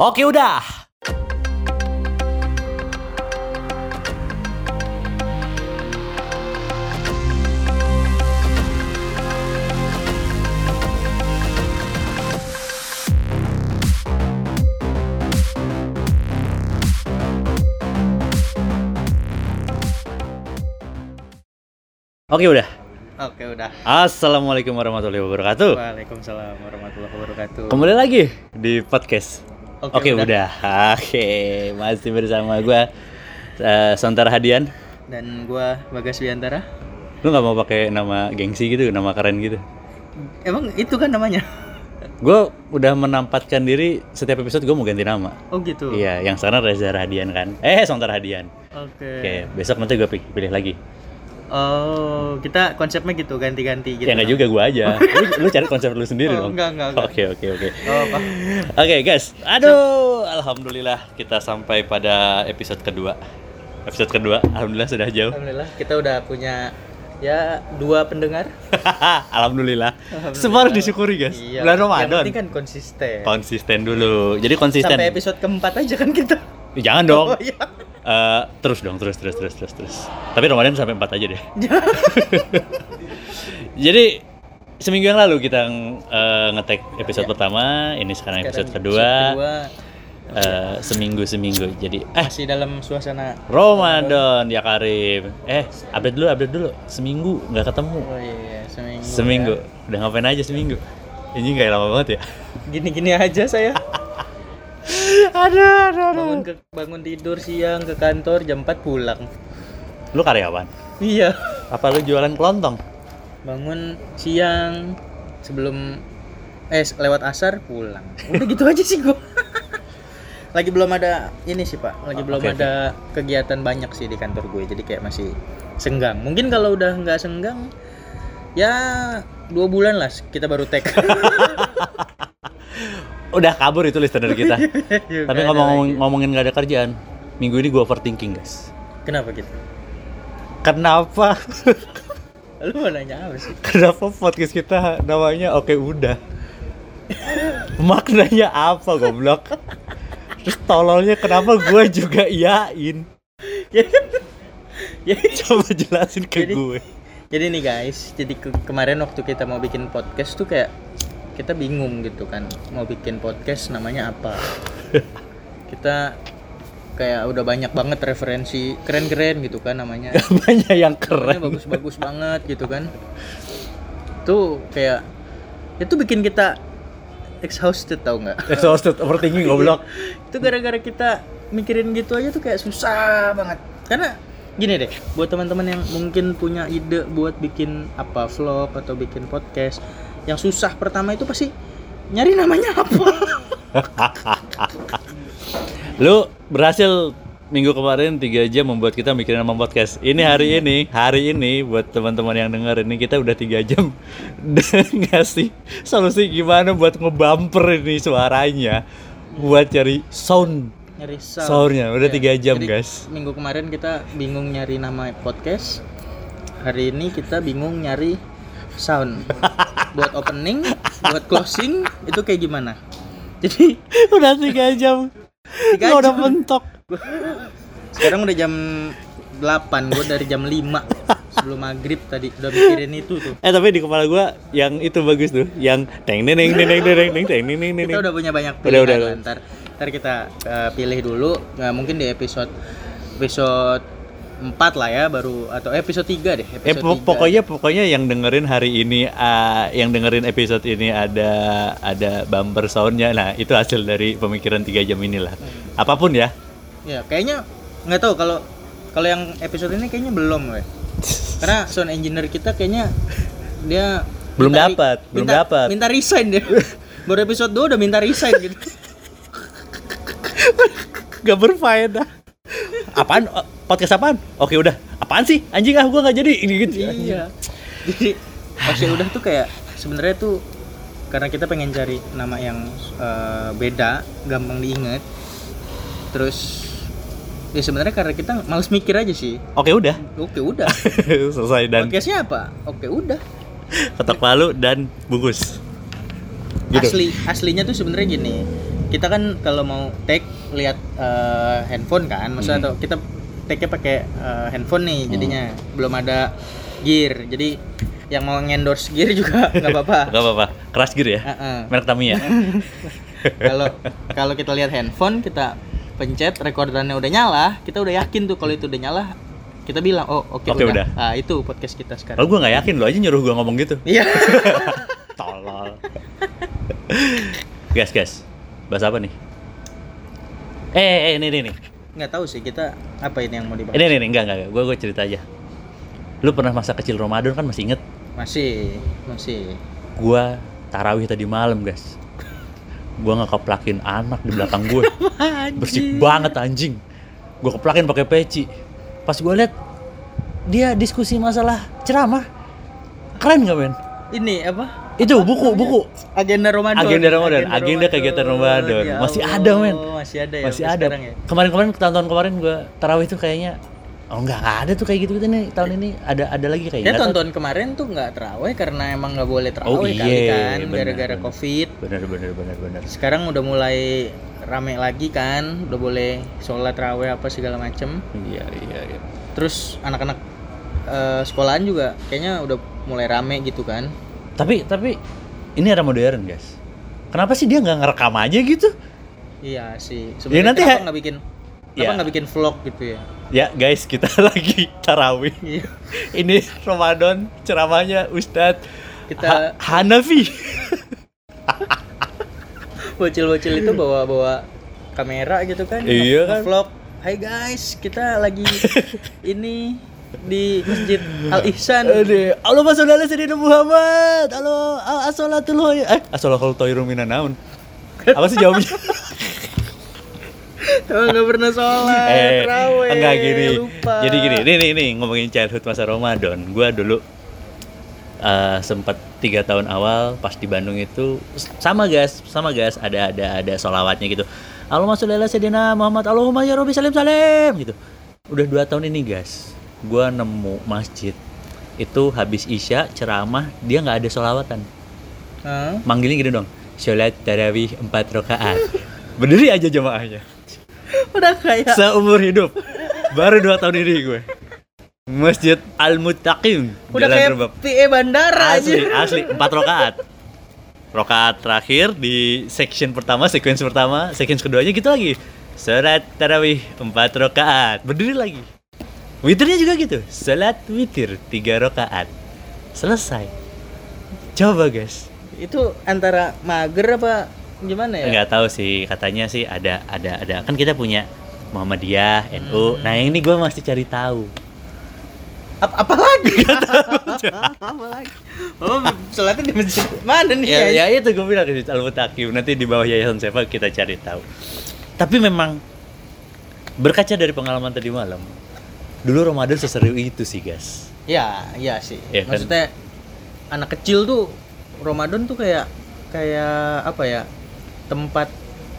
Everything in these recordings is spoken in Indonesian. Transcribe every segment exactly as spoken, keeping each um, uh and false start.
Oke udah. Oke udah. Oke udah. Assalamualaikum warahmatullahi wabarakatuh. Waalaikumsalam warahmatullahi wabarakatuh. Kembali lagi di podcast. Oke, Oke udah. udah. Oke, masih bersama gue uh, Sontar Hadian. Dan gua Bagas Wiantara. Lu nggak mau pakai nama gengsi gitu, nama keren gitu? Emang itu kan namanya? Gue udah menampatkan diri setiap episode gue mau ganti nama. Oh gitu. Iya, yang sekarang Reza Hadian kan. Eh, Sontar Hadian. Oke. Oke, besok nanti gue pilih lagi. Oh, kita konsepnya gitu, ganti-ganti gitu. Ya nggak juga gue aja. lu, lu cari konsep lu sendiri Oh, dong. enggak, enggak, enggak. Oke, oke, oke. Oh, apa? Oke guys, aduh, alhamdulillah kita sampai pada episode kedua. Episode kedua, alhamdulillah sudah jauh. Alhamdulillah kita udah punya ya dua pendengar. Alhamdulillah. Alhamdulillah. Semua harus disyukuri guys. Iya. Bulan Yang Ramadan. penting kan konsisten. Konsisten dulu. Jadi konsisten. Sampai episode keempat aja kan kita. Jangan dong. Oh iya. Eh, terus dong, terus, terus, terus, terus, terus. Tapi Ramadan sampai empat aja deh. Jadi seminggu yang lalu kita uh, nge-tag episode Ya. pertama, ini sekarang episode Sekarang kedua. episode kedua. Eh, seminggu-seminggu. Jadi eh Masih dalam suasana Ramadan ya Karim. Eh, update dulu, update dulu. Seminggu nggak ketemu. Oh iya, seminggu. Seminggu. ya. Udah ngapain aja seminggu? Ini nggak lama banget ya? Gini-gini aja saya. Aduh, aduh, aduh. Bangun ke bangun tidur siang ke kantor jam empat pulang. Lu karyawan? Iya. Apa lu jualan kelontong? Bangun siang sebelum eh lewat asar pulang. Udah gitu aja sih gua. Lagi belum ada ini sih, Pak. Lagi Oh, belum oke, ada kegiatan banyak sih di kantor gue. Jadi kayak masih senggang. Mungkin kalau udah nggak senggang ya dua bulan lah kita baru tag. Udah kabur itu listener kita. Yuk, Tapi nggak ada ngomong lagi. ngomongin nggak ada kerjaan, minggu ini gue overthinking guys. Kenapa gitu? Kenapa? Lu mau nanya apa sih? Kenapa podcast kita namanya Oke Udah? Maknanya apa goblok? Terus tololnya kenapa gue juga iyain? Ya, Coba jelasin ke Jadi- gue. Jadi nih guys, jadi ke- kemarin waktu kita mau bikin podcast tuh kayak kita bingung gitu kan, mau bikin podcast namanya apa. Kita kayak udah banyak banget referensi keren-keren gitu kan namanya. Banyak yang Namanya keren. bagus-bagus banget gitu kan. Tuh kayak itu bikin kita exhausted tau nggak? Exhausted overthinking goblok. Itu gara-gara kita mikirin gitu aja tuh kayak susah banget. Karena gini deh, buat teman-teman yang mungkin punya ide buat bikin apa vlog atau bikin podcast, yang susah pertama itu pasti nyari namanya apa. Lu berhasil minggu kemarin tiga jam membuat kita mikirin nama podcast. Ini hari ini, hari ini buat teman-teman yang denger ini kita udah tiga jam dan ngasih solusi gimana buat ngebumper ini suaranya buat cari sound. Nyari sound. Soundnya udah Ya, tiga jam jadi guys. Minggu kemarin kita bingung nyari nama podcast. Hari ini kita bingung nyari sound. Buat opening, buat closing itu kayak gimana? Jadi Udah tiga jam. Tiga Gua udah jam. mentok. sekarang udah jam delapan, gue dari jam lima sebelum maghrib tadi udah mikirin itu tuh. Eh tapi di kepala gua yang itu bagus tuh, yang teng neng neng neng neng neng neng neng neng neng neng. Kita udah punya banyak Udah, pilihan udah, lah. udah. Ntar, ntar kita uh, pilih dulu. Nah, mungkin di episode episode empat lah ya baru, atau episode tiga deh. Eh Episode po- tiga. pokoknya pokoknya yang dengerin hari ini, uh, yang dengerin episode ini ada ada bumper soundnya. Nah itu hasil dari pemikiran tiga jam inilah. Apapun ya. Ya kayaknya nggak tahu kalau kalau yang episode ini kayaknya belum weh. Karena sound engineer kita kayaknya dia Belum minta- dapat, belum minta- dapat. Minta resign dia. Baru episode dua udah minta resign gitu. Gak berfaedah. Apaan? Oh, podcast apaan? Oke udah. Apaan sih? Anjing ah gua nggak jadi ini gitu. Iya. Jadi pasti udah tuh kayak sebenarnya tuh karena kita pengen cari nama yang eh, beda, gampang diingat. Terus ya sebenarnya karena kita males mikir aja sih. Oke udah. Oke udah. Selesai dan Podcastnya apa? Oke udah. ketok palu dan bungkus. Gitu. Asli aslinya tuh sebenarnya gini. kita kan kalau mau take lihat uh, handphone kan, maksudnya Hmm. atau kita take-nya pakai uh, handphone nih, jadinya belum ada gear. Jadi yang mau endorse gear juga nggak apa-apa. Gak apa-apa, keras gear ya. Heeh. Merek Tamiya. Kalau kalau kita lihat handphone, kita pencet rekordannya udah nyala, kita udah yakin tuh kalau itu udah nyala, kita bilang oh oke Oke, udah. udah. Ah itu podcast kita sekarang. Kalau gue nggak yakin, lo aja nyuruh gue ngomong gitu. Iya. Tolol. Gas, gas. Bahas apa nih? Eh, eh, eh, ini, ini, ini. Nggak tahu sih kita apa ini yang mau dibahas. Ini, ini, ini. Enggak, enggak. Gue, gue cerita aja. Lu pernah masa kecil Ramadan kan masih inget? Masih, masih. Gua tarawih tadi malam, guys. Gua ngekeplakin anak di belakang gue. Bersih banget anjing. Gua keplakin pakai peci. Pas gua lihat dia diskusi masalah ceramah. Keren gak, men? Ini apa? Itu buku, buku. Agenda Ramadan. Agenda Ramadan, agenda kegiatan Ramadan. Ya Masih Allah, ada, men. Masih ada ya. Masih sampai ada. sekarang ya? Kemarin-kemarin tahun-tahun kemarin gua tarawih tuh kayaknya oh enggak, enggak ada tuh kayak gitu-gitu nih. Tahun ini ada ada lagi Ya kayaknya. tonton kemarin tuh nggak terawih karena emang nggak boleh terawih Oh, kali iya, kan, benar, gara-gara benar. covid. Benar, benar, benar, benar. Sekarang udah mulai rame lagi kan, udah boleh sholat terawih apa segala macem. Iya, iya, iya. Terus anak-anak eh, sekolahan juga kayaknya udah mulai rame gitu kan. Tapi tapi ini era modern, guys. Kenapa sih dia nggak ngerekam aja gitu? Iya sih. Ya, Sebenarnya nanti kenapa ha- nggak bikin, Ya. kenapa nggak bikin vlog gitu ya? Ya guys, kita lagi tarawih. Iya. Ini Ramadan, ceramahnya Ustadz Kita- Ha- Hanafi. Bocil-bocil itu bawa-bawa kamera gitu kan, Iya kan? vlog. Hai guys, kita lagi ini di Masjid Al Ihsan. Aduh, Allahumma sholli ala sayyidina Muhammad. Halo, as-salatul hoy. Eh, as-salatul thairum minan naun. Apa sih jawabnya? Oh, nggak pernah sholat, eh, terawih, enggak gini. lupa. Jadi gini, nih nih nih ngomongin childhood masa Ramadan. Gua dulu eh, sempat tiga tahun awal pas di Bandung itu sama guys, sama guys ada ada ada sholawatnya gitu. Allahumma sholli ala sayyidina Muhammad. Allahumma ya Rabbi salim salim gitu. Udah dua tahun ini guys, gua nemu masjid itu habis isya ceramah dia nggak ada sholawatan. Hah? Manggilnya gini dong, sholat tarawih empat rakaat. Berdiri aja jamaahnya. Udah kayak Seumur hidup. Baru dua tahun ini gue. Masjid Al-Muttaqin, udah Jalan kayak Rebab. P E bandara Asli, aja. asli empat rakaat. Rakaat terakhir di section pertama, sequence pertama, sequence keduanya gitu lagi. Salat tarawih empat rakaat. Berdiri lagi. Witirnya juga gitu. Salat witir tiga rakaat. Selesai. Coba guys. Itu antara mager apa gimana ya? Nggak tahu sih, katanya sih ada ada ada kan kita punya Muhammadiyah, N U. Hmm. Nah, ini gue masih cari tahu. Apa, apa lagi? Apa lagi? Oh, sholatnya di masjid mana nih? Ya, ya itu gue bilang di Al-Muttaqin. Nanti di bawah Yayasan Sefa kita cari tahu. Tapi memang berkaca dari pengalaman tadi malam, dulu Ramadan seseru itu sih, guys. Ya, iya sih. Ya, kan? Maksudnya anak kecil tuh Ramadan tuh kayak kayak apa ya? Tempat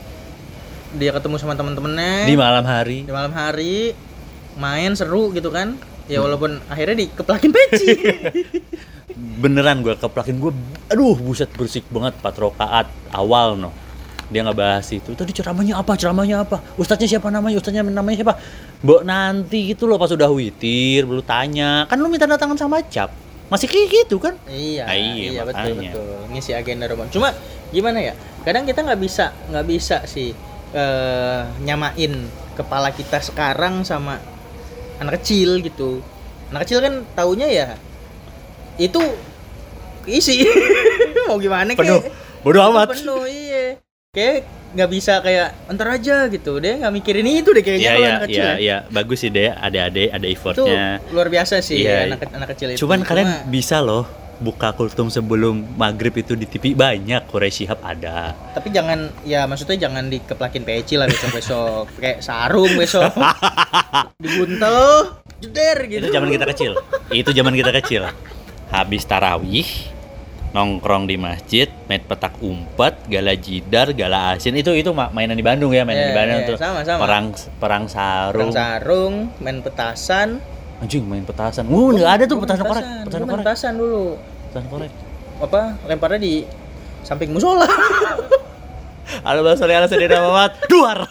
dia ketemu sama teman-temannya Di malam hari. di malam hari, main seru gitu kan. Ya walaupun akhirnya dikeplakin peci. Beneran gue keplakin gue, aduh buset bersih banget empat rakaat awal no. Dia nggak bahas itu. Tadi ceramahnya apa? Ceramahnya apa? Ustadznya siapa namanya? Ustadznya namanya siapa? Mbok nanti gitu loh pas udah witir, belum tanya. Kan lu minta tanda tangan sama cap. Masih kayak gitu kan? Iya, Ah, iya, iya betul makanya. betul. Ngisi agenda Ramadan. Cuma gimana ya? Kadang kita nggak bisa nggak bisa sih eh, nyamain kepala kita sekarang sama anak kecil gitu. Anak kecil kan taunya ya itu isi mau gimana Penuh. kayak Bodoh amat. penuh iya. Kayak nggak bisa kayak entar aja gitu. Dia nggak mikirin itu deh kayaknya Iya kalau iya anak kecil. iya ya. iya bagus sih deh, ada adik ada Itu effortnya. luar biasa sih Iya. anak anak kecil itu. Cuman kalian Cuma- bisa loh buka kultum sebelum maghrib itu di T V banyak. Quraisy Shihab ada. Tapi jangan, ya maksudnya jangan dikeplakin peci lah besok-besok. Kayak sarung besok. Dibuntel, jeder gitu. Itu zaman kita kecil. Itu zaman kita kecil. Habis tarawih, nongkrong di masjid, main petak umpet, gala jidar, gala asin. Itu itu ma- mainan di Bandung ya, mainan Iya, di Bandung iya, tuh. sama-sama. Perang perang sarung. Perang sarung, main petasan. Anjing main petasan. Uh, enggak ada tuh Gua petasan main korek. Gua Petasan main korek. petasan dulu. Petasan korek. Apa? Lemparnya di samping musola. Halo Bang Soli, halo Saudara Mamat. Duar.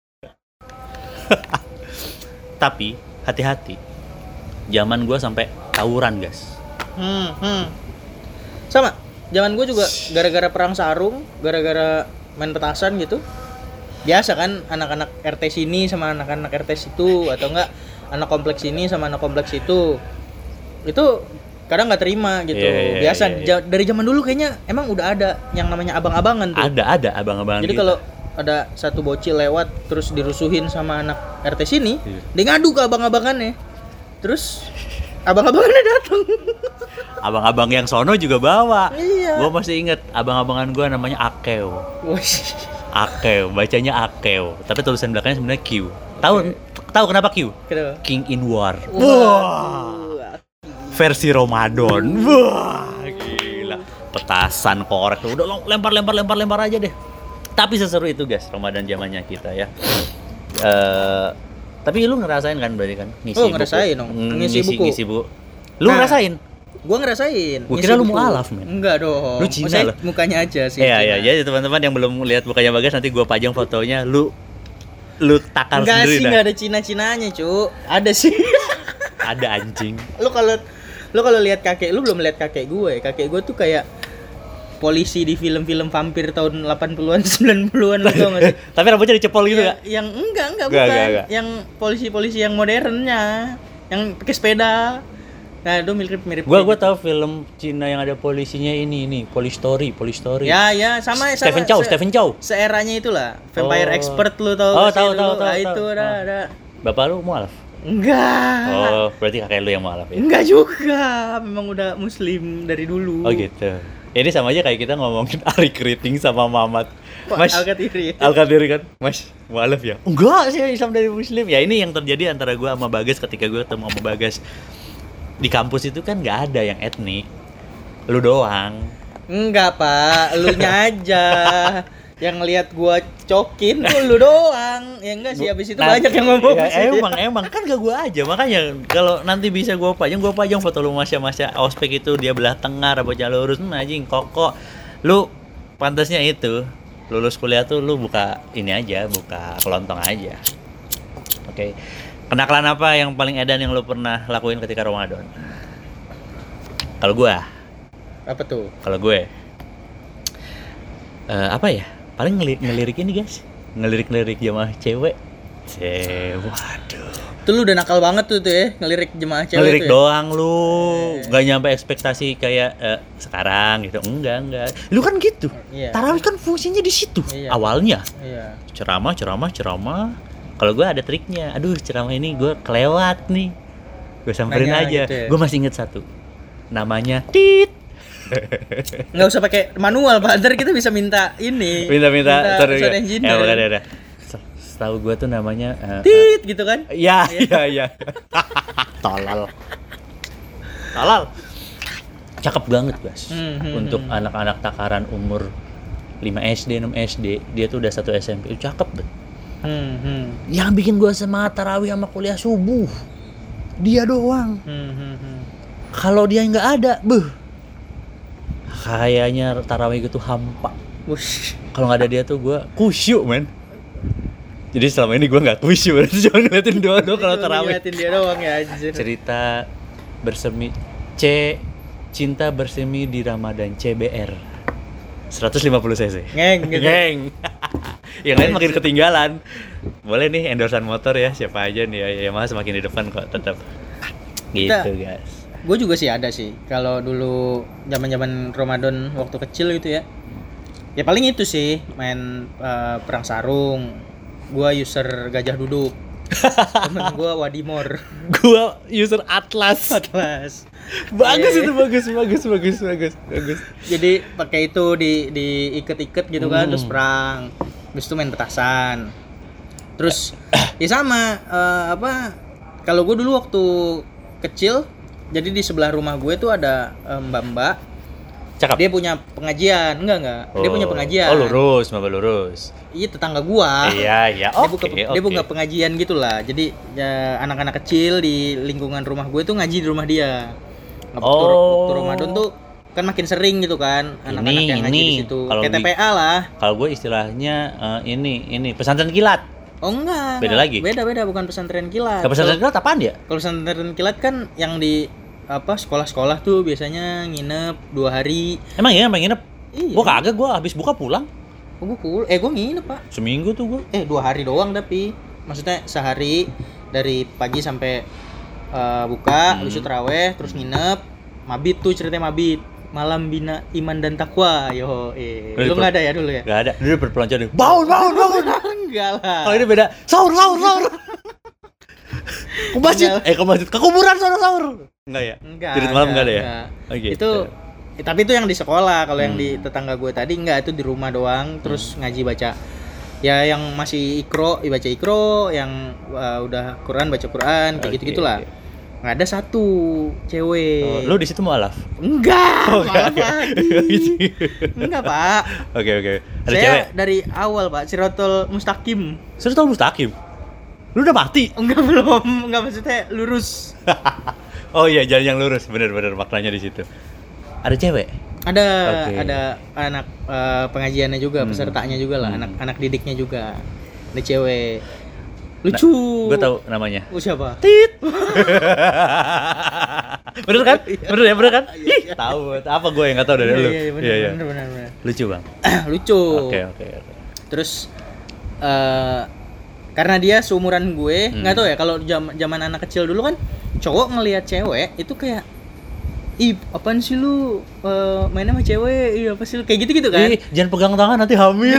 Tapi hati-hati. Zaman gua sampai tawuran, guys. Hmm, hmm. Sama. Zaman gue juga gara-gara perang sarung, gara-gara main petasan gitu. Biasa kan anak-anak R T sini sama anak-anak R T situ, atau enggak anak kompleks ini sama anak kompleks itu. Itu kadang nggak terima gitu. Yeah, yeah, Biasa yeah, yeah. ja- dari zaman dulu kayaknya emang udah ada yang namanya abang-abangan tuh. Ada ada abang-abangan. Jadi gitu. kalau ada satu bocil lewat terus dirusuhin sama anak R T sini, Iya. dia ngadu ke abang-abangannya. Terus abang-abangannya datang. Abang-abang yang sono juga bawa. Iya. Gua masih inget abang-abangan gua namanya Akeo. Wih. Akeo, bacanya Akeo. Tapi tulisan belakangnya sebenarnya Q. Tahu tahu kenapa Q? Kenapa? King in War. Wah. Wah. Versi Ramadan. Wah, gila. Petasan korek udah lempar lempar lempar lempar aja deh. Tapi seseru itu, guys, Ramadan zamannya kita ya. Eh tapi lu ngerasain kan berarti kan ngisi Oh, ngerasain dong. buku. Ngisi buku. Ngisi buku. Lu Nah, ngerasain? Gua ngerasain. Gua ngisi kira lu buku. mualaf, men. Enggak dong. Lu Cina Maksudnya loh. mukanya aja sih. Iya, Cina. iya. Jadi teman-teman yang belum lihat mukanya Bagas nanti gua pajang fotonya, lu lu takar Enggak sendiri sih, dah. enggak ada Cina-cinanya, Cu. Ada sih. Ada anjing. Lu kalau lu kalau lihat kakek lu belum lihat kakek gue. Kakek gue tuh kayak polisi di film-film vampir tahun delapan puluhan sembilan puluhan, lu tau gak sih? Tapi rambutnya dicepol gitu Ya, enggak? yang enggak enggak Enggak, bukan. enggak, enggak. Yang polisi-polisi yang modernnya, yang pakai sepeda. Nah, itu mirip-mirip. Gua kayak gua gitu. tahu film Cina yang ada polisinya ini ini, Police Story, Police Story. Ya, ya, sama sama. Stephen Chow, se- Stephen Chow. Seeranya itulah, Vampire Oh. Expert lu tau Oh, gak sih tahu, dulu? tahu, tahu, Nah, tahu. itu ada Oh. ada. Bapak lu mualaf? Enggak. Oh, berarti kakek lu yang mualaf ya? Enggak juga, memang udah muslim dari dulu. Oh gitu. Ini sama aja kayak kita ngomongin Ari Keriting sama Mamat. Wah, Mas, Al-Qadiri. Al-Qadiri kan? Mas, mualaf ya? Enggak sih, Islam dari Muslim. Ya ini yang terjadi antara gua sama Bagas ketika gua ketemu sama Bagas. Di kampus itu kan nggak ada yang etnik. Lu doang. Enggak, Pak, elunya aja. Yang ngelihat gua cokin tuh lu doang. Ya enggak sih, habis itu Nah, banyak yang ngomong ya, sih. emang emang kan gak gua aja, makanya kalau nanti bisa gua pajang, gua pajang foto lu masya-masya ospek itu dia belah tengah, rambutnya lurus, hmm, anjing kokok. Lu pantasnya itu lulus kuliah tuh lu buka ini aja, buka kelontong aja. Oke. Kenakalan apa yang paling edan yang lu pernah lakuin ketika Ramadan? Kalau gua, Apa tuh? kalau gue eh, apa ya? Paling ngelirik, ngelirik ini, guys. Ngelirik-ngelirik jamaah cewek. Cewek, waduh. Itu lu udah nakal banget tuh tuh ya, ngelirik jemaah cewek Ngelirik tuh. Ya? doang lu, nggak nyampe ekspektasi kayak eh, sekarang gitu. Enggak, enggak. Lu kan gitu. Iya. Tarawih kan fungsinya di situ Iya. awalnya. Iya. Ceramah, ceramah, ceramah. Kalau gue ada triknya. Aduh, ceramah ini gue kelewat nih. Gue samperin Nanya aja. gitu ya? Gue masih inget satu. Namanya Tit. Nggak usah pakai manual, Pak. Ntar kita bisa minta ini. Minta-minta sound ya. engineer. Ya, udah, udah, udah. Setahu gue tuh namanya eh, Tit gitu kan? Ya, ya, ya. Tolol. Tolol. Cakep banget, guys. Hmm, hmm, Untuk hmm. anak-anak takaran umur lima S D, enam S D, dia tuh udah satu S M P. Cakep banget. Hmm, hmm. Yang bikin gua semangat tarawih sama kuliah subuh. Dia doang. Hmm, hmm, hmm. Kalau dia nggak ada, beuh. Kayaknya tarawih gitu hampa. Wush. Kalau nggak ada dia tuh gua kusyuk, men. Jadi selama ini gua nggak kusyuk, cuma ngeliatin doang-doang kalau Lu tarawih. ngeliatin dia doang ya, anjir. Cerita bersemi C cinta bersemi di Ramadan C B R seratus lima puluh cc. Ngeng gitu. Ngeng. Yang lain makin ketinggalan. Boleh nih endorsean motor ya, siapa aja nih ya, ya mas makin di depan kok tetap. Gitu, Kita- guys. Gue juga sih ada sih. Kalau dulu zaman-zaman Ramadan waktu kecil gitu ya. Ya paling itu sih, main eh, perang sarung. Gua user gajah duduk. Temen gua Wadimor. Gua user Atlas. Atlas. Bagus Iya, itu, iya. bagus, bagus, bagus, bagus, bagus. Jadi pakai itu di diiket-iket gitu kan, Hmm. terus perang. Habis itu main petasan. Terus ya sama eh, apa? Kalau gue dulu waktu kecil, jadi di sebelah rumah gue tuh ada eh, mbak-mbak. Cakep. Dia punya pengajian, enggak enggak. Dia punya pengajian. Oh, lurus, mbak lurus. Iya, tetangga gua. Iya, iya. Dia Oke, buka oke. dia buka pengajian gitulah. Jadi ya, anak-anak kecil di lingkungan rumah gue tuh ngaji di rumah dia. Waktu, Oh. waktu Ramadan tuh kan makin sering gitu kan anak-anak Ini, yang ngaji ini. di situ. Kalau Kayak di- T P A lah. Kalau gue istilahnya eh, ini ini pesantren kilat. Oh enggak. Beda enggak. lagi? Beda-beda bukan pesantren kilat. Kalau pesantren kilat apaan ya? Kalau pesantren kilat kan yang di apa sekolah-sekolah tuh biasanya nginep dua hari. Emang ya emang nginep? Iya. Gue kagak, gue habis buka pulang. Oh, gue cool. Eh gue nginep pak. Seminggu tuh gue. Eh dua hari doang tapi maksudnya sehari dari pagi sampai uh, buka, Hmm. habis itu terawih, terus nginep, mabit tuh ceritanya mabit. Malam bina iman dan takwa, yo, eh, Lu lu per- nggak ada ya dulu ya? Gak ada. Dulu berpelancar nih. Bangun, bangun, bangun. Enggak lah. Kalau ini beda. Sahur, sahur, sahur. Ke masjid. Enggak. Eh ke masjid. Ke kuburan sahur, sahur. Enggak ya? Enggak. Jadi malam enggak ada ya? enggak. Oh, gitu. Itu eh, tapi itu yang di sekolah. Kalau yang Hmm. di tetangga gue tadi enggak, itu di rumah doang. Terus ngaji baca. Ya yang masih ikro, baca ikro, yang uh, udah Quran baca Quran, kayak Oke, gitu-gitulah. oke. Nggak ada satu cewek. Oh, lu di situ mualaf? Enggak, Oh, malah enggak. lagi. Enggak, Pak. Oke, oke. Ada Saya cewek. dari awal, Pak, Siratul Mustaqim. Sudah tahu mustaqim. Lu udah mati. Enggak belum, enggak maksudnya lurus. Oh iya, jalan yang lurus. Bener-bener maknanya di situ. Ada cewek. Ada Oke. ada anak eh, pengajiannya juga, Hmm. pesertanya juga lah, Hmm. anak anak didiknya juga. Ada cewek. Lucu. Gue tahu namanya. Oh, siapa? Tit. Bener kan? Bener ya, bener kan? Ih, tahu. Apa gue yang nggak tahu dari Iya, lu? iya, bener, Iya, iya. bener, bener, bener. Lucu bang. Lucu. Oke, oke, oke. Terus eh karena dia seumuran gue, Hmm. nggak tahu ya kalau zaman zaman anak kecil dulu kan cowok ngelihat cewek itu kayak ih apaan sih lu eh, main sama cewek, iya apa sih lu kayak gitu-gitu kan. Ih, jangan pegang tangan nanti hamil.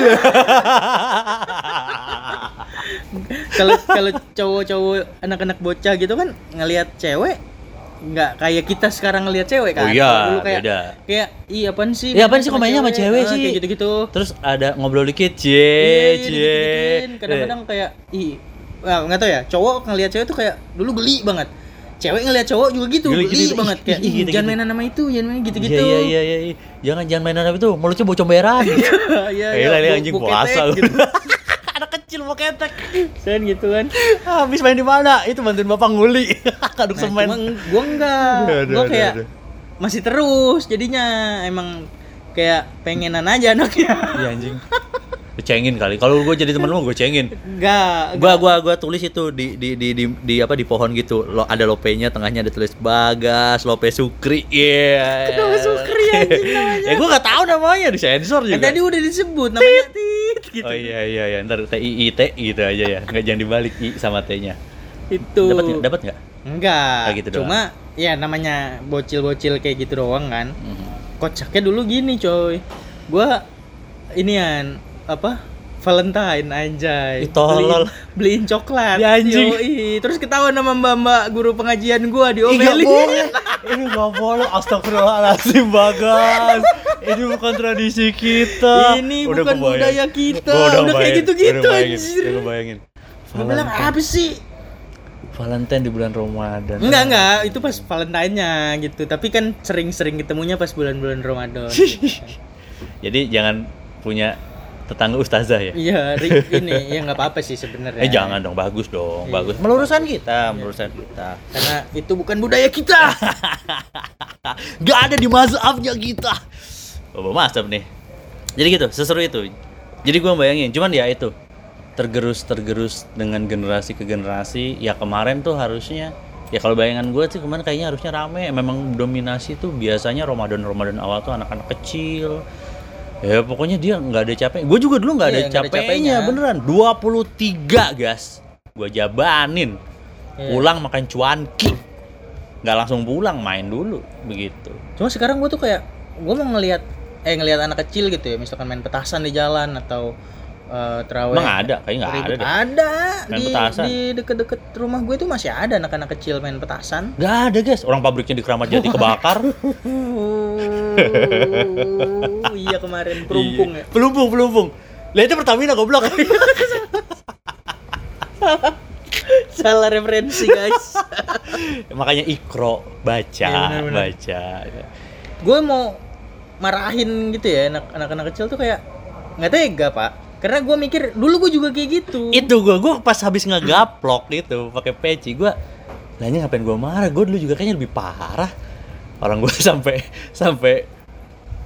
Kalau kalau cowok-cowok anak-anak bocah gitu kan ngelihat cewek nggak kayak kita sekarang ngelihat cewek kan. Oh iya, Kalau dulu kayak beda. kayak iya apaan sih? Iya, apaan main sih sama kok mainnya sama cewek Ah, sih? Kayak gitu-gitu. Terus ada ngobrol dikit, cie, Iya, iya, cie. dikit-dikitin. Kadang-kadang kayak ih nggak nggak tahu ya, cowok ngelihat cewek tuh kayak dulu geli banget. Cewek ngelihat cowok juga gitu, Geli, geli, gitu, banget ih, kayak ih, ih gitu, jangan gitu. mainan sama itu, jangan main gitu-gitu. Iya, iya, iya, iya. Jangan jangan mainan apa itu, mulutnya bau comberan. Iya, Eh, lah, ini bu- anjing buketek puasa lu. gitu. Anak kecil mau ketek. Kan gitu kan. Habis main di mana? Itu bantuin bapak nguli. Aduk Nah, semen. cuma gua enggak. Aduh, Gua aduh, kayak aduh. masih terus jadinya emang kayak pengenan aja anaknya. Iya anjing. Cengin kali. Kalau gue jadi temen lu gue cengin. Enggak. Gua gua gua tulis itu di di di di, di apa di pohon gitu. Lo ada lopenya, tengahnya ada tulis Bagas, Lope Sukri. Iya. Kenapa Sukri anjing namanya? Ya gua enggak tahu namanya, disensor Kan juga. tadi udah disebut namanya Tit gitu. Oh iya iya iya, ntar T I I T gitu aja ya. Enggak jangan dibalik I sama T-nya. Itu. Dapat enggak? Dapat enggak? Enggak. Kayak gitu doang. Cuma ya namanya bocil-bocil kayak gitu doang kan. Mhm. Kocaknya dulu gini coy. Gua inian apa? Valentine anjay. Ih, tolol. Beliin, beliin coklat. Ya, anjing. Yoi. Terus ketahuan sama mbak-mbak guru pengajian gua Ih, nggak diomelin. boleh. Ini nggak boleh. Astagfirullahaladzim, Bagas. Ini bukan tradisi kita. Ini Udah bukan kebayang. budaya kita. Gua Udah kayak bayangin, gitu-gitu, udah bayangin, anjir. udah bayangin. Gua bilang apa sih? Valentine di bulan Ramadan. Enggak enggak, itu pas Valentine-nya gitu. Tapi kan sering-sering ketemunya pas bulan-bulan Ramadan. Jadi jangan punya tetangga ustazah ya. Iya, ri- ini ya nggak apa-apa sih sebenarnya. Eh jangan dong, bagus dong, Iya. bagus. Meluruskan kita, meluruskan kita. Karena itu bukan budaya kita. Gak ada di mazhabnya kita. Oh, mazhab nih. Jadi gitu, seseru itu. Jadi gua bayangin, cuman ya itu tergerus-tergerus dengan generasi ke generasi. Ya kemarin tuh harusnya, ya kalau bayangan gue sih kemarin kayaknya harusnya rame. Memang dominasi tuh biasanya Ramadan-Ramadan awal tuh anak-anak kecil. Ya pokoknya dia nggak ada capek. Gue juga dulu nggak ada Iya, nggak ada capeknya, capeknya. beneran. dua puluh tiga gas, gue jabanin. Iya. Pulang makan cuanki, nggak langsung pulang, main dulu begitu. Cuma sekarang gue tuh kayak gue mau ngelihat eh ngelihat anak kecil gitu ya, misalkan main petasan di jalan atau uh, terawih. Emang ada? Kayaknya nggak ada ribut. deh. Ada Main di petasan. di deket-deket rumah gue tuh masih ada anak-anak kecil main petasan. Nggak ada guys, orang pabriknya di Keramat Jati kebakar. Oh, iya kemarin perumpung ya. Iya. Pelumpung, pelumpung. Lah itu Pertamina goblok. Salah referensi guys. Makanya ikro, baca, Iya, benar-benar. baca. Gue mau marahin gitu ya anak- anak-anak kecil tuh kayak nggak tega pak. Karena gue mikir dulu gue juga kayak gitu. Itu gua gua pas habis ngegaplok gitu pakai peci, gua nanya ngapain gua marah. Gua dulu juga kayaknya lebih parah. Orang gua sampai sampai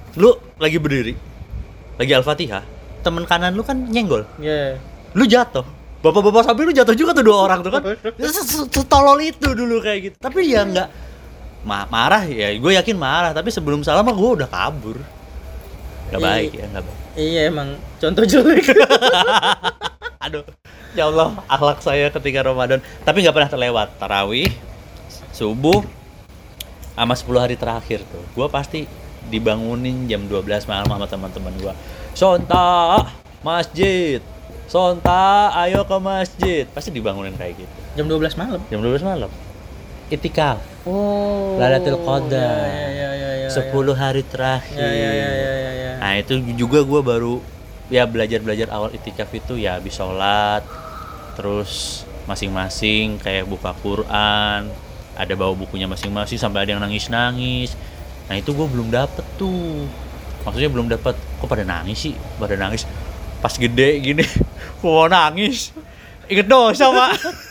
Lu lagi berdiri, lagi Al-Fatihah, temen kanan lu kan nyenggol. Iya. Lu jatuh. Bapak-bapak samping lu jatuh juga tuh dua orang tuh kan. Setolol itu dulu kayak gitu. Tapi ya enggak ma- marah ya, gue yakin marah, tapi sebelum salah mah gue udah kabur. Gak baik ya, gak baik. Iya emang contoh jelek. Aduh, ya Allah, akhlak saya ketika Ramadan. Tapi nggak pernah terlewat. Tarawih, subuh, sama sepuluh hari terakhir tuh. Gue pasti dibangunin jam dua belas malam sama teman-teman gue. Sonta, masjid. Sonta, ayo ke masjid. Pasti dibangunin kayak gitu. Jam dua belas malam. Jam dua belas malam. Itikaf. Oh. Lailatul Qadar. Ya, ya, ya, ya, sepuluh hari terakhir. Ya, ya, ya, ya, ya, ya. Nah itu juga gue baru ya belajar-belajar awal itikaf itu ya habis sholat, terus masing-masing kayak buka Quran, ada bawa bukunya masing-masing sampai ada yang nangis-nangis. Nah itu gue belum dapet tuh, maksudnya belum dapet. Kok pada nangis sih, pada nangis pas gede gini, mau nangis, inget dosa pak.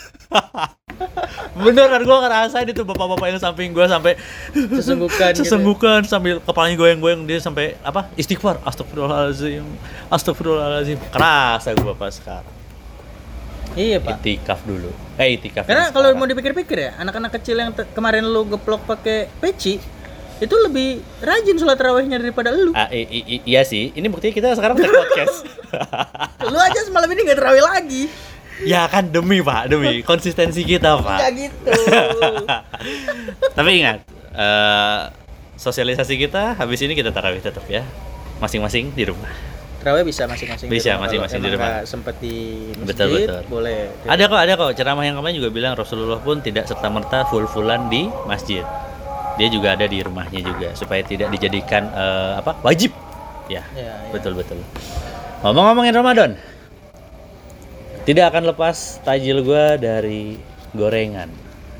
Beneran gue ngerasain itu bapak-bapak yang samping gue sampai sesenggukan gitu. sesenggukan sambil kepalanya goyang-goyang, dia sampai apa istighfar, astagfirullahaladzim, astagfirullahaladzim. Kerasa gue pas sekarang. Iya pak. Itikaf dulu. Eh itikaf. Karena kalau mau dipikir-pikir ya, anak-anak kecil yang te- kemarin lu geplok pakai peci itu lebih rajin sholat tarawihnya daripada lu. Ah, i- i- i- iya sih. Ini buktinya kita sekarang take podcast. Lu aja semalam ini nggak tarawih lagi. Ya kan demi pak, demi konsistensi kita pak. Enggak gitu. Tapi ingat, uh, sosialisasi kita habis ini kita tarawih tetap ya, masing-masing di rumah. Tarawih bisa masing-masing. Bisa di rumah. masing-masing Kalau di rumah. emang nggak sempet di masjid, Betul, betul. boleh. Ada kok, ada kok. Ceramah yang kemarin juga bilang Rasulullah pun tidak serta-merta full-fullan di masjid. Dia juga ada di rumahnya juga supaya tidak dijadikan uh, apa wajib. Ya, Ya, ya. betul betul. Ngomong-ngomongin Ramadan, tidak akan lepas tajil gue dari gorengan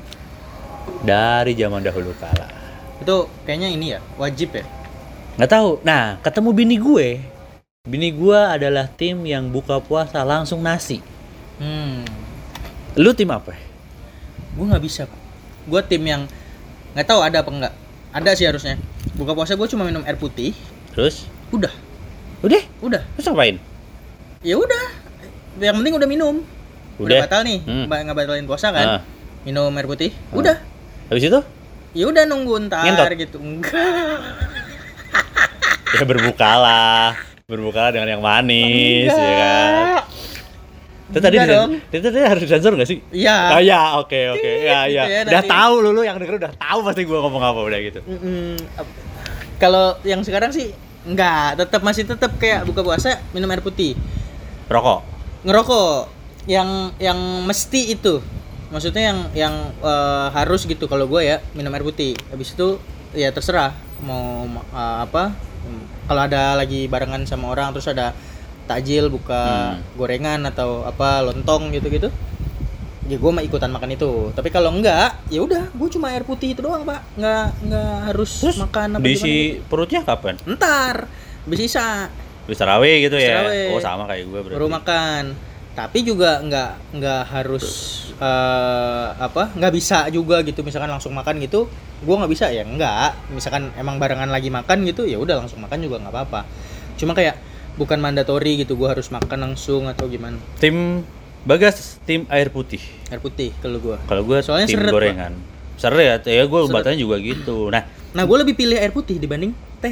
dari zaman dahulu kala. Itu kayaknya ini ya wajib ya. Nggak tahu. Nah, ketemu bini gue. Bini gue adalah tim yang buka puasa langsung nasi. Hmm. Lu tim apa? Gue nggak bisa pak. Gue tim yang nggak tahu ada apa enggak. Ada sih harusnya. Buka puasa gue cuma minum air putih. Terus? Udah. Udah? Udah. Terus ngapain? Ya udah. Yang penting udah minum. Udah, Udah. batal nih. Hmm. Ba- nggak batalin puasa kan? Ah. Minum air putih. Ah. Udah. Habis itu? Ya udah nunggu ntar Ngentot? gitu. Enggak. Ya berbukalah. Berbukalah dengan yang manis, Enggak. ya kan? Itu tadi Enggak di- dong. itu tadi harus disensor nggak sih? Iya. Oh ya, oke oke. Ya Gitu ya. ya, Udah nanti. tahu lu, lu yang denger udah tahu pasti gua ngomong apa udah gitu. Mm-mm. Ap- Kalau yang sekarang sih enggak, tetap masih tetap kayak buka puasa minum air putih. Rokok. Ngerokok yang yang mesti itu. Maksudnya yang yang eh, harus gitu kalau gue ya minum air putih. Habis itu ya terserah mau eh, apa. Hmm, Kalau ada lagi barengan sama orang terus ada takjil buka Hmm. gorengan atau apa lontong gitu-gitu. Ya gue mah ikutan makan itu. Tapi kalau enggak, ya udah, gue cuma air putih itu doang, Pak. Enggak enggak harus Terus makan apa diisi perutnya kapan? gimana. Ntar habis sisa Habis tarawih gitu Habis ya. tarawih. Oh, sama kayak gue berarti. baru makan. Tapi juga nggak nggak harus eh, apa nggak bisa juga gitu misalkan langsung makan gitu gue nggak bisa ya nggak misalkan emang barengan lagi makan gitu ya udah langsung makan juga nggak apa-apa cuma kayak bukan mandatory gitu gue harus makan langsung atau gimana. Tim Bagas tim air putih. Air putih kalau gue Kalau gue Soalnya tim seret, gorengan. Seret ya, gue Seret. batanya juga gitu. Nah, nah gue lebih pilih air putih dibanding teh.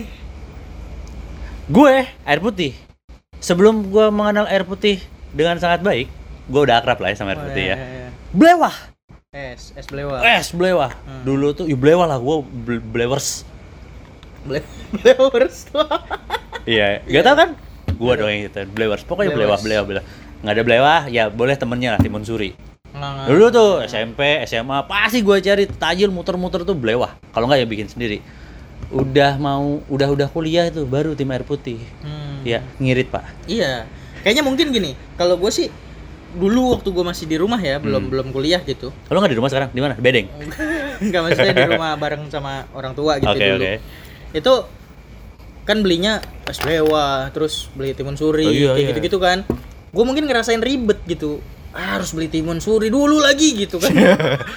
gue air putih. Sebelum gue mengenal air putih dengan sangat baik, gue udah akrab lah ya sama air Oh, putih ya, ya. ya, ya. Blewah. es es belewah Es blewah. Hmm. Dulu tuh ya blewah lah, gue ble- blewers. Ble- belewers tuh Iya, gak tau kan? Gue doang yang gitu, blewers. Pokoknya blewah, Blewers. blewah, blewah. Nggak ada blewah, ya boleh temennya lah, Timun Suri. Nggak- Dulu tuh S M P, S M A pasti gue cari tajil muter-muter tuh blewah. Kalau nggak ya bikin sendiri. Udah mau, udah udah kuliah itu baru tim air putih. Hmm. Ya ngirit pak. Iya, kayaknya mungkin gini. Kalau gue sih dulu waktu gue masih di rumah ya, belum Hmm. belum kuliah gitu. Lo nggak di rumah sekarang? Di mana? Bedeng. Enggak maksudnya di rumah bareng sama orang tua gitu Oke dulu. oke. Itu kan belinya es blewah, terus beli timun suri, Oh, iya, kayak iya. gitu-gitu kan. Gue mungkin ngerasain ribet gitu. Ah, harus beli timun suri dulu lagi gitu kan.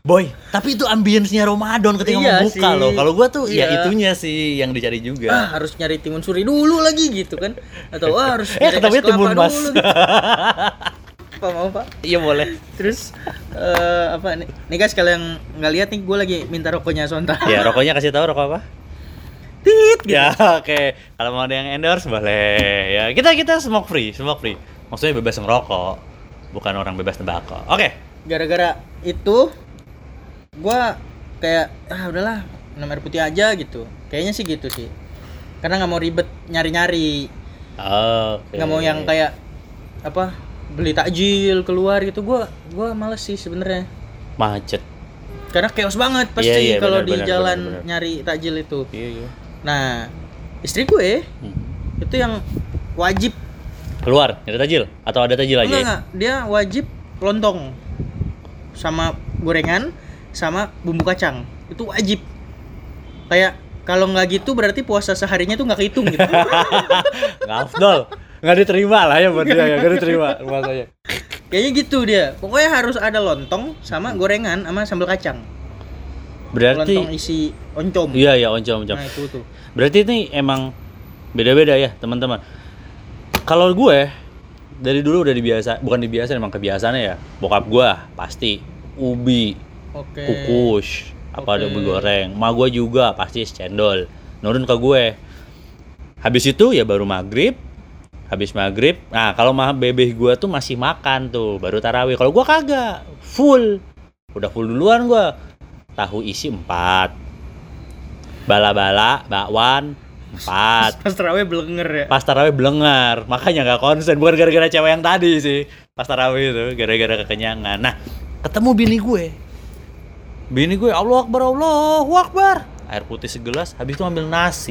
Boy, tapi itu ambience-nya Ramadan ketika Iya mau buka sih. loh. Kalau gua tuh Iya. ya itunya sih yang dicari juga. Ah, harus nyari timun suri dulu lagi gitu kan. Atau ah, harus Eh, nyari ketemunya es kelapa timun mas. dulu gitu. Pak mau Pak? Iya boleh. Terus eh, apa nih? Nih guys, kalau yang nggak lihat nih, gue lagi minta rokoknya Sonta. Ya, rokoknya kasih tahu rokok apa? Tit gitu. Ya, oke. Kalau mau ada yang endorse boleh. Ya, kita kita smoke free, smoke free. Maksudnya bebas ngerokok, bukan orang bebas tembakau. Oke. Gara-gara itu gua kayak ah udahlah minum air putih aja gitu. Kayaknya sih gitu sih. Karena nggak mau ribet nyari-nyari. Oke. Nggak mau yang kayak apa beli takjil keluar gitu. Gua gua males sih sebenarnya. macet. Karena chaos banget pasti Iya, iya, kalau benar, di benar, jalan benar, benar. nyari takjil itu. Iya, iya. Nah, istri gue Hmm. itu yang wajib Keluar, nyari tajil atau ada tajil aja? enggak, Ya? enggak, dia wajib lontong sama gorengan sama bumbu kacang. Itu wajib. Kayak kalau nggak gitu berarti puasa seharinya tuh nggak kehitung gitu. Nggak afdol. Nggak diterima lah ya buat dia, ya. Nggak diterima rasanya. Kayaknya gitu dia. Pokoknya harus ada lontong sama gorengan sama sambal kacang. Berarti Lontong isi oncom. iya ya oncom oncom. Nah, itu tuh. Berarti ini emang beda-beda ya teman-teman. Kalau gue dari dulu udah dibiasa, bukan dibiasa emang kebiasaannya ya. Bokap gue pasti ubi, Oke. kukus, apa ada Oke. ubi goreng. Ma gue juga pasti es cendol. Nurun ke gue. Habis itu ya baru maghrib. Habis maghrib, nah kalau mah bebeh gue tuh masih makan tuh, baru tarawih. Kalau gue kagak, full. Udah full duluan gue. Tahu isi empat. Bala-bala, bakwan, empat. Pas terawih blenger ya. Pas tarawih belengar, makanya nggak konsen. Bukan gara-gara cewek yang tadi sih. Pas tarawih itu, gara-gara kekenyangan. Nah, ketemu bini gue. Bini gue, Allahu Akbar, Allahu Akbar. Air putih segelas, habis itu ambil nasi.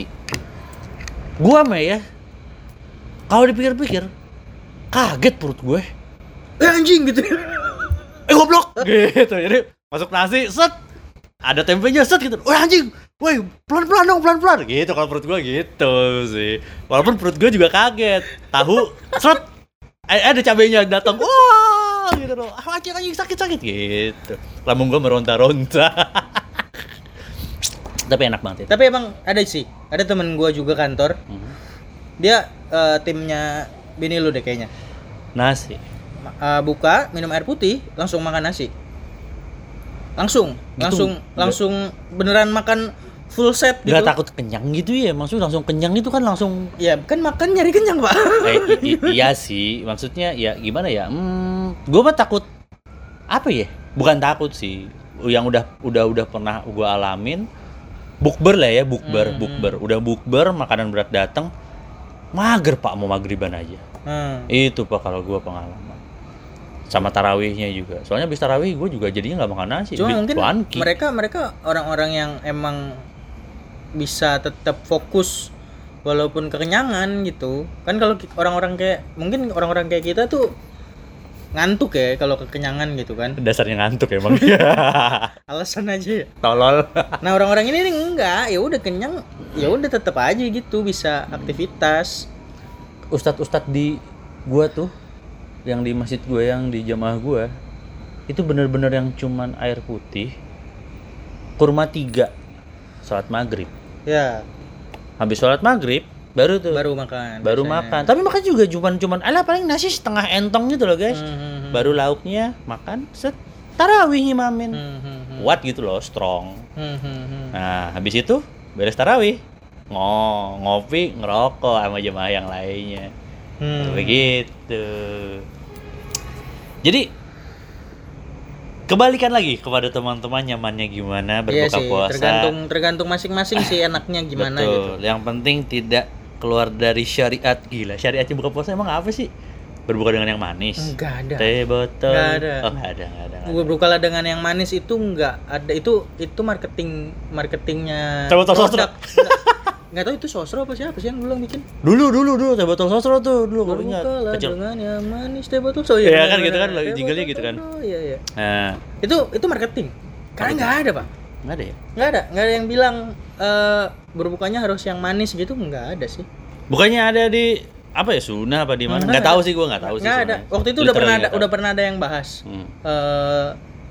Gua mah ya, kalau dipikir-pikir, kaget perut gue. Eh anjing gitu. Eh goblok! Gitu, jadi masuk nasi, set. Ada tempenya, set gitu. Wah anjing, woi pelan-pelan dong, pelan-pelan. Gitu kalau perut gue gitu sih. Walaupun perut gue juga kaget. Tahu, set. Eh, ada cabenya datang. Wah, gitu loh. Ah, anjing, anjing, sakit-sakit gitu. Lambung gue meronta-ronta. Tapi enak banget itu. Tapi emang ada sih. Ada temen gua juga kantor. Mhm. Dia eh, timnya bini lu deh kayaknya. Nasi. Ma- eh, buka minum air putih langsung makan nasi. Langsung, Gitu, langsung, nggak- langsung beneran makan full set gitu. Gak takut kenyang gitu ya? Maksudnya langsung kenyang itu kan langsung. Ya kan makan nyari kenyang pak. Eh, i- i- iya sih, maksudnya ya gimana ya? Hmm, gue mah takut apa ya? Bukan takut sih. Yang udah udah udah pernah gue alamin, bukber lah ya, bukber, Hmm. bukber. Udah bukber, makanan berat datang, mager pak mau maghriban aja. Hmm. Itu pak kalau gue pengalaman. Sama tarawihnya juga. Soalnya habis tarawih gue juga jadinya nggak makan nasi. Cuma Beli mungkin cuanki. mereka mereka orang-orang yang emang bisa tetap fokus walaupun kekenyangan gitu. Kan kalau ki- orang-orang kayak mungkin orang-orang kayak kita tuh ngantuk ya kalau kekenyangan gitu kan. Dasarnya ngantuk emang. Alasan aja ya. Tolol. Nah, orang-orang ini nih enggak, ya udah kenyang, ya udah tetap aja gitu bisa aktivitas. Ustadz-ustadz di gua tuh, yang di masjid gua, yang di jamaah gua, itu bener-bener yang cuman air putih, kurma tiga, sholat maghrib. Ya, Habis sholat maghrib baru tuh baru makan. baru biasanya. makan. Tapi makan juga cuman cuman alah paling nasi setengah entong gitu loh guys. Hmm, hmm, hmm. Baru lauknya makan set tarawih ngimamin. Hmm, hmm, hmm. Kuat gitu loh, strong. Hmm, hmm, hmm. Nah, habis itu beres tarawih, ngo ngopi, ngerokok sama jemaah yang lainnya. Hmm. Begitu. Jadi kebalikan lagi kepada teman-teman nyamannya gimana Iya berbuka sih, puasa. tergantung tergantung masing-masing sih enaknya gimana Betul. gitu. Yang penting tidak keluar dari syariat. Gila, syariatnya buka puasa emang apa sih? Berbuka dengan yang manis. Enggak ada. Teh botol. Nggak ada. Oh, nggak ada, nggak ada. nggak ada. Gue berukalah dengan yang manis itu enggak ada, itu itu marketing marketingnya Teh botol sosro. produk. Nggak- nggak tahu itu sosro apa siapa sih yang dulu yang bikin. Dulu dulu dulu teh botol sosro tuh dulu gue ingat Berbukalah kecil. dengan yang manis teh botol so Iya benar, kan, gitu benar. kan, lagi Teh jinglenya botol gitu kan. sosro, iya iya. Nah, Itu itu marketing. Karena nggak ada pak, nggak ada ya? nggak ada nggak ada yang bilang eh, berbukanya harus yang manis gitu, nggak ada sih. Bukannya ada di apa ya, Sunnah apa di mana? Nggak Nggak ada. tahu sih, gue nggak tahu sih. Nggak ada. sebenarnya. Waktu itu udah pernah Literally ada nggak udah tahu. pernah ada yang bahas. Hmm. Eh,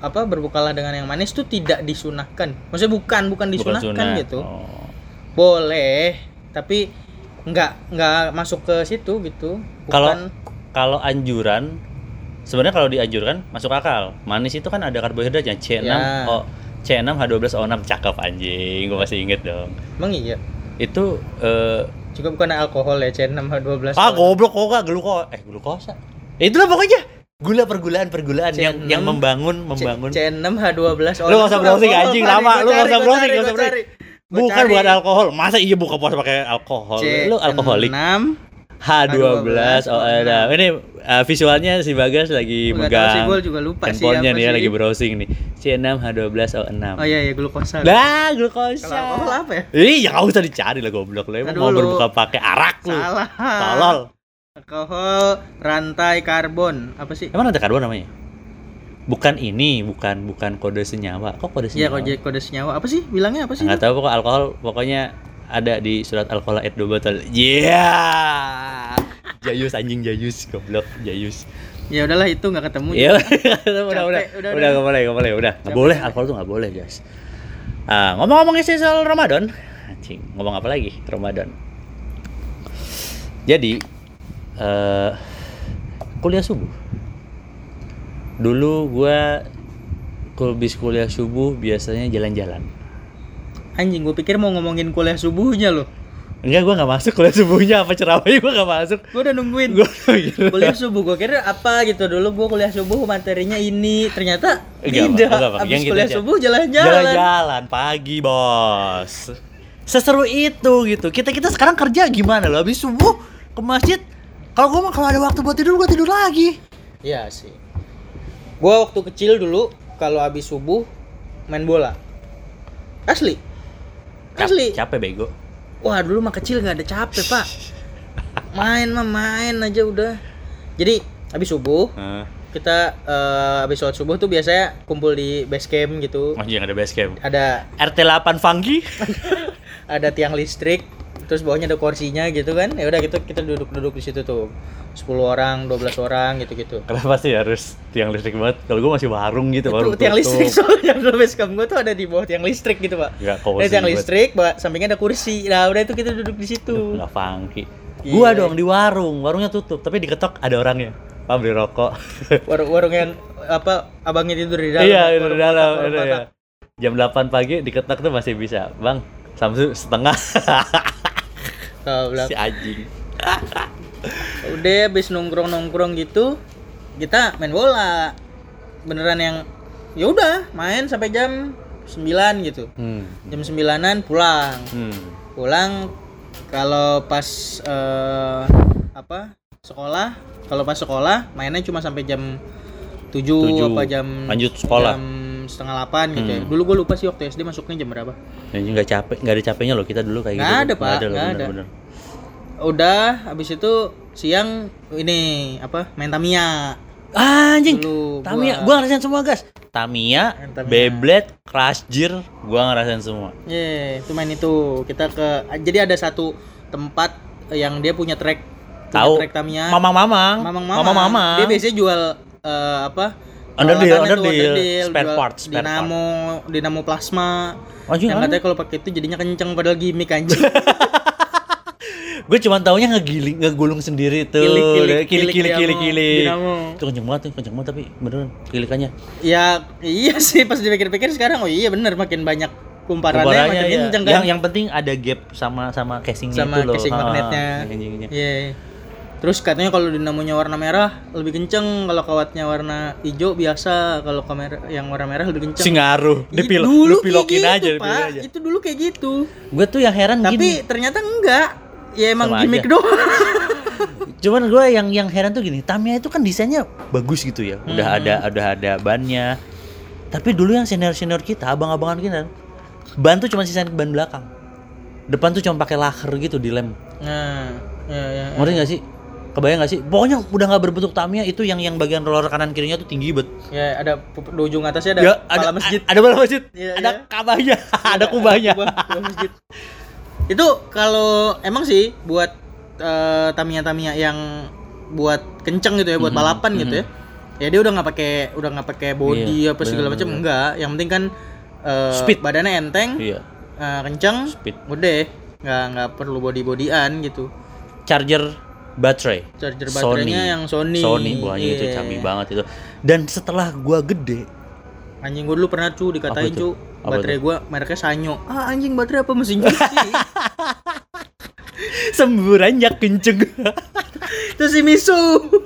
apa berbukalah dengan yang manis tuh tidak disunahkan. Maksudnya bukan bukan disunahkan Bukan sunat. gitu. Oh. Boleh, tapi nggak nggak masuk ke situ gitu. Kalau Bukan kalau anjuran sebenarnya kalau dianjurkan masuk akal. Manis itu kan ada karbohidratnya C enam Ya. O C enam H dua belas O enam cakep anjing. Gua masih inget dong. emang iya. Itu eh Juga bukan alkohol ya C enam H dua belas. ah goblok kok enggak gluko eh glukosa. Itulah pokoknya gula pergulaan pergulaan C yang enam yang membangun membangun. C enam H dua belas. Lu nggak usah browsing anjing lama, lu nggak usah browsing, nggak usah browsing. Bukan bukan alkohol. Masa iya buka puasa pakai alkohol? Lu alkoholik. C enam H dua belas oh ada. Ini uh, visualnya si Bagas lagi Nggak tahu sih, megang gua juga lupa sih handphonenya apa nih ya, sih. lagi browsing nih. C enam H dua belas O enam. Oh iya iya glukosa. Lah, glukosa. Kalau alkohol apa ya? Ih, ya enggak usah dicari lah goblok lu. Emang mau Aduh, lu. berbuka pakai arak lu. Salah. Tolol. Alkohol rantai karbon. Apa sih? Emang ada karbon namanya? Bukan ini, bukan bukan kode senyawa. Kok kode Iya, senyawa? kode kode senyawa. Apa sih? Bilangnya apa sih? Enggak tahu pokok alkohol pokoknya ada di surat alkohol ayat dua botol. Iya. Jayus anjing Jayus goblok Jayus. Ya udahlah itu nggak ketemu. Iya. udah Capek, udah udah, udah udah. udah enggak boleh, enggak boleh, udah. Enggak boleh alkohol tuh enggak boleh, guys. Ah, ngomong-ngomong isi soal Ramadan. Anjing, ngomong apa lagi? Ramadan. Jadi eh kuliah subuh. Dulu gua habis kuliah subuh biasanya jalan-jalan. Anjing, gue pikir mau ngomongin kuliah subuhnya loh. Enggak, gua enggak masuk kuliah subuhnya, apa ceramahnya gua enggak masuk. Gue udah nungguin. Gua gitu. Kuliah subuh, gue kira apa gitu. Dulu gue kuliah subuh materinya ini, ternyata Enggak, tidak. Pak, enggak, Pak. Abis Yang gitu kuliah aja. subuh jalan-jalan. Jalan-jalan pagi, Bos. Seseru itu gitu. Kita-kita sekarang kerja gimana loh? Habis subuh ke masjid. Kalau gua mah kalau ada waktu buat tidur, gua tidur lagi. Iya sih. Gue waktu kecil dulu kalau abis subuh main bola. Asli. Cap- Asli. Capek bego. Wah dulu mah kecil nggak ada capek pak. Main mah main aja udah. Jadi abis subuh Heeh. kita eh, abis sholat subuh tuh biasanya kumpul di base camp gitu. Masih ada base camp. Ada R T delapan Funky. ada tiang listrik, terus bawahnya ada kursinya gitu kan. Ya udah kita kita duduk-duduk di situ tuh. sepuluh orang, dua belas orang gitu-gitu. Kenapa sih harus tiang listrik banget? Kalau gua masih warung gitu, Itu warung tiang tutup. listrik soalnya dulu base camp gue tuh ada di bawah tiang listrik gitu pak. Enggak Ada cozy tiang banget. listrik, ba- sampingnya ada kursi. Nah udah itu kita duduk di situ. Enggak funky. Iya. Gua dong di warung, warungnya tutup, tapi diketok ada orangnya. Pak beli rokok. Warung-warung yang apa abangnya tidur di dalam. Iya, itu warung di dalam. kotak, warung Itu ya. kotak. Jam delapan pagi diketok tuh masih bisa. Bang, Samsu setengah. Goblok. Si anjing. Udah habis nongkrong-nongkrong gitu, kita main bola. Beneran yang ya udah main sampai jam sembilan gitu. Hmm. Jam sembilanan pulang. Hmm. Pulang kalau pas eh, apa? Sekolah, kalau pas sekolah mainnya cuma sampai jam tujuh Tujuh. apa jam Lanjut sekolah. Jam setengah delapan gitu ya. Hmm. Dulu gue lupa sih waktu S D masuknya jam berapa. Jadi nggak capek, nggak ada capeknya loh kita dulu kayak Nggak gitu. ada, Pak, loh, nggak ada. bener-bener. Udah habis itu siang ini apa? Main Tamiya. Ah, anjing. Dulu Tamiya, gua- gua ngerasain semua, guys. Tamiya, Main Tamiya. Beyblade, Crash Gear, gua ngerasain semua. Ye, itu main itu. Kita ke jadi ada satu tempat yang dia punya track punya Tahu? track Tamiya. Mamang-mamang. Mamang-mamang. Mamang-mamang. Dia biasanya jual eh, apa? Underdeal, peralatannya tuh, underdeal, spare jual parts, spare dinamo, dinamo plasma. Anjing, yang aneh. katanya kalau pakai itu jadinya kenceng padahal gimmick anjing. Gue cuma taunya ngegiling, ngegulung sendiri tuh. Kilik, kilik, kilik, kilik, kilik kilik, kilik. dinamo. Itu kenceng banget tuh, kenceng banget tapi beneran kilikannya. Ya iya sih pas dipikir-pikir sekarang oh iya bener makin banyak kumparannya, Kumparannya, makin ya. kenceng kan. Yang yang penting ada gap sama sama casingnya Sama itu loh. casing Ah, magnetnya. anjing-anjing. Iya. Terus katanya kalau dinamonya warna merah lebih kenceng, kalau kawatnya warna hijau biasa, kalau kamera yang warna merah lebih kenceng. Si ngaruh, Ih, dipil, lu dulu kayak pilokin gitu, aja, Pak. dipilin aja. Itu dulu kayak gitu. Gue tuh yang heran Tapi gini. ternyata enggak. Ya emang Sama gimmick aja. doang. Cuman gue yang yang heran tuh gini, Tamiya itu kan desainnya bagus gitu ya. Udah Hmm. ada udah ada bannya. Tapi dulu yang senior-senior kita, abang-abangan kita, ban tuh cuma sisain ban belakang. Depan tuh cuma pakai lacquer gitu di lem. Nah, ya ya. ya. Ngerti gak sih? Kebayang gak sih? Pokoknya udah gak berbentuk Tamiya itu yang yang bagian roller kanan kirinya tuh tinggi banget. Ya ada pu- di ujung atasnya ada Ya, kepala masjid. a- Ada bala masjid. Iya, ada iya. kabahnya, ada kubahnya. Kubah, kubah masjid. Itu kalau emang sih buat eh, Tamiya-Tamiya yang buat kenceng gitu ya, buat Mhm, balapan mhm. gitu ya. Ya dia udah nggak pakai udah nggak pakai body Iya, apa segala macam, bener-bener. enggak. Yang penting kan eh, Speed. badannya enteng, Iya. eh, kencang, Speed. udah nggak nggak perlu body-bodyan gitu. Charger baterai. Charger baterainya yang Sony. Sony buahnya itu Iya. canggih banget itu. Dan setelah gua gede, Anjing gue dulu pernah cu dikatain Apa itu? cu Apa baterai itu? gue mereknya Sanyo. Ah anjing baterai apa mesin cuci? semburannya kenceng. Itu si Misu.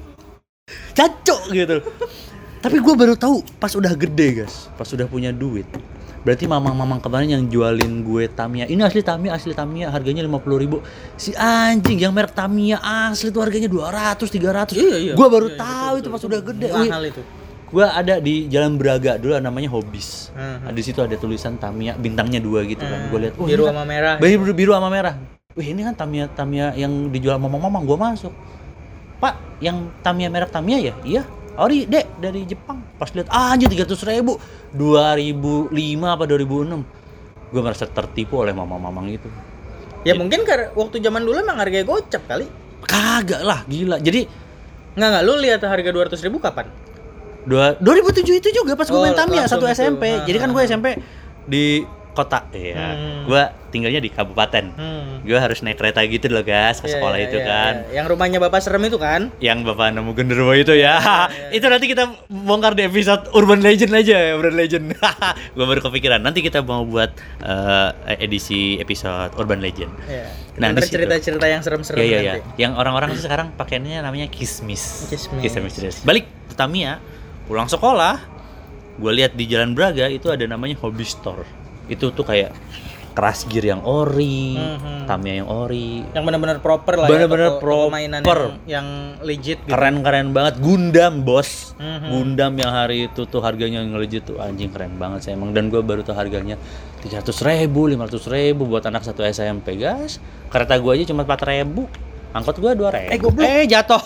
Cacok gitu. Tapi gua baru tahu pas udah gede, guys. Pas udah punya duit. Berarti mamang-mamang kemarin yang jualin gue Tamiya. Ini asli Tamiya, asli Tamiya, harganya lima puluh ribu. Si anjing yang merek Tamiya asli tuh harganya dua ratus, tiga ratus. Iya, iya. Gua baru Iya, iya, tahu betul, itu betul, pas udah gede. Mahal Wih, itu. gua ada di Jalan Braga dulu namanya Hobbies. Hmm. Nah, di situ ada tulisan Tamiya, bintangnya dua gitu kan. Hmm. Gua lihat, oh, Biru ini sama merah. kan- biru biru sama merah. Wih, ini kan Tamiya Tamiya yang dijual mamang-mamang. Gua masuk. Pak, yang Tamiya merek Tamiya ya? Iya. Ori, Dek, dari Jepang. Pas lihat, ah, anjir tiga ratus ribu. dua ribu lima apa dua ribu enam. Gue merasa tertipu oleh mamang-mamang itu. Ya mungkin kar- waktu zaman dulu emang harganya gocap kali. Kagak lah, gila. Jadi Nggak nggak lu lihat harga dua ratus ribu kapan? dua, dua ribu tujuh itu juga pas gue Oh, main Tamiya langsung satu itu. S M P. Ha, Jadi kan ha, gue ha. S M P di kota, ya. Hmm. Gue tinggalnya di kabupaten. Hmm. Gue harus naik kereta gitu loh, guys, ke Iya, sekolah iya, itu iya, kan. iya. Yang rumahnya Bapak Serem itu kan? Yang bapak nemu genderuwo itu ya. iya. Itu nanti kita bongkar di episode Urban Legend aja ya, Urban Legend. Gue baru kepikiran. Nanti kita mau buat eh, edisi episode Urban Legend. Iya. Nah, Nah, di situ. cerita-cerita yang serem-serem Iya iya iya. nanti. Yang orang-orang sih sekarang pakaiannya namanya kismis. Kismis. Kismis. Balik ke Tamiya, pulang sekolah, gue lihat di Jalan Braga itu ada namanya Hobby Store. Itu tuh kayak keras gear yang ori, Mhm. Tamiya yang ori, Yang benar-benar proper lah Benar-benar ya, toko- toko proper. mainan yang, yang legit gitu. keren-keren banget. Gundam, bos. Mhm. Gundam yang hari itu tuh harganya nge-legit tuh anjing keren banget sih emang. Dan gue baru tahu harganya tiga ratus ribu, lima ratus ribu buat anak satu S M P, guys. Kereta gue aja cuma empat ribu. Angkot gue dua ribu. Eh, goblok. Eh, jatuh.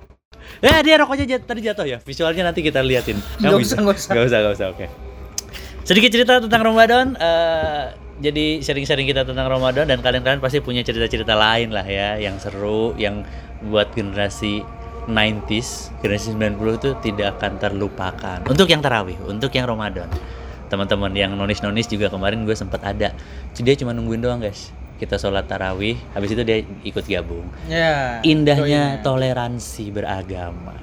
Eh, dia rokoknya jat- tadi jatuh ya. Visualnya nanti kita liatin. Nggak usah, nggak usah. Nggak usah, nggak usah. Oke. Sedikit cerita tentang Ramadan. eh, jadi sharing-sharing kita tentang Ramadan dan kalian-kalian pasti punya cerita-cerita lain lah ya yang seru, yang buat generasi nineties, generasi sembilan puluh itu tidak akan terlupakan. Untuk yang tarawih, untuk yang Ramadan. Teman-teman yang nonis-nonis juga kemarin gue sempat ada. Dia cuma nungguin doang, guys. Kita sholat tarawih, habis itu dia ikut gabung. Ya. Indahnya join. toleransi beragama.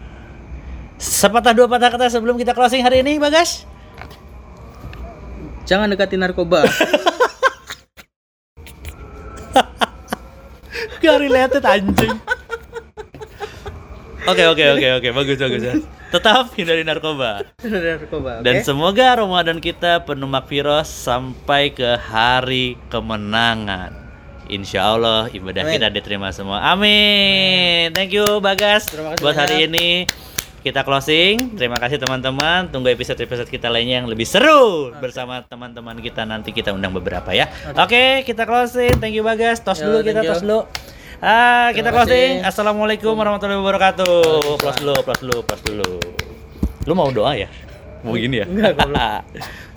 Sepatah dua patah kata sebelum kita closing hari ini, Bagas. Jangan dekati narkoba. Gak related anjing. Oke oke oke oke bagus bagus ya. Tetap hindari narkoba. narkoba. Dan oke? semoga Ramadan kita penuh makfirah sampai ke hari kemenangan. Insya Allah ibadah Amin. kita diterima semua. Amin. Thank you Bagas Terima kasih buat hari banyak. ini. Kita closing. Terima kasih teman-teman. Tunggu episode-episode kita lainnya yang lebih seru bersama teman-teman kita. Nanti kita undang beberapa ya. Oke, kita closing. Thank you Bagas. Tos Yo, dulu thank kita you. tos dulu. Ah, kita Terima closing. kasih. Assalamualaikum warahmatullahi wabarakatuh. Plus dulu, plus dulu, plus dulu. Lu mau doa ya? Mau gini ya? Enggak, goblok.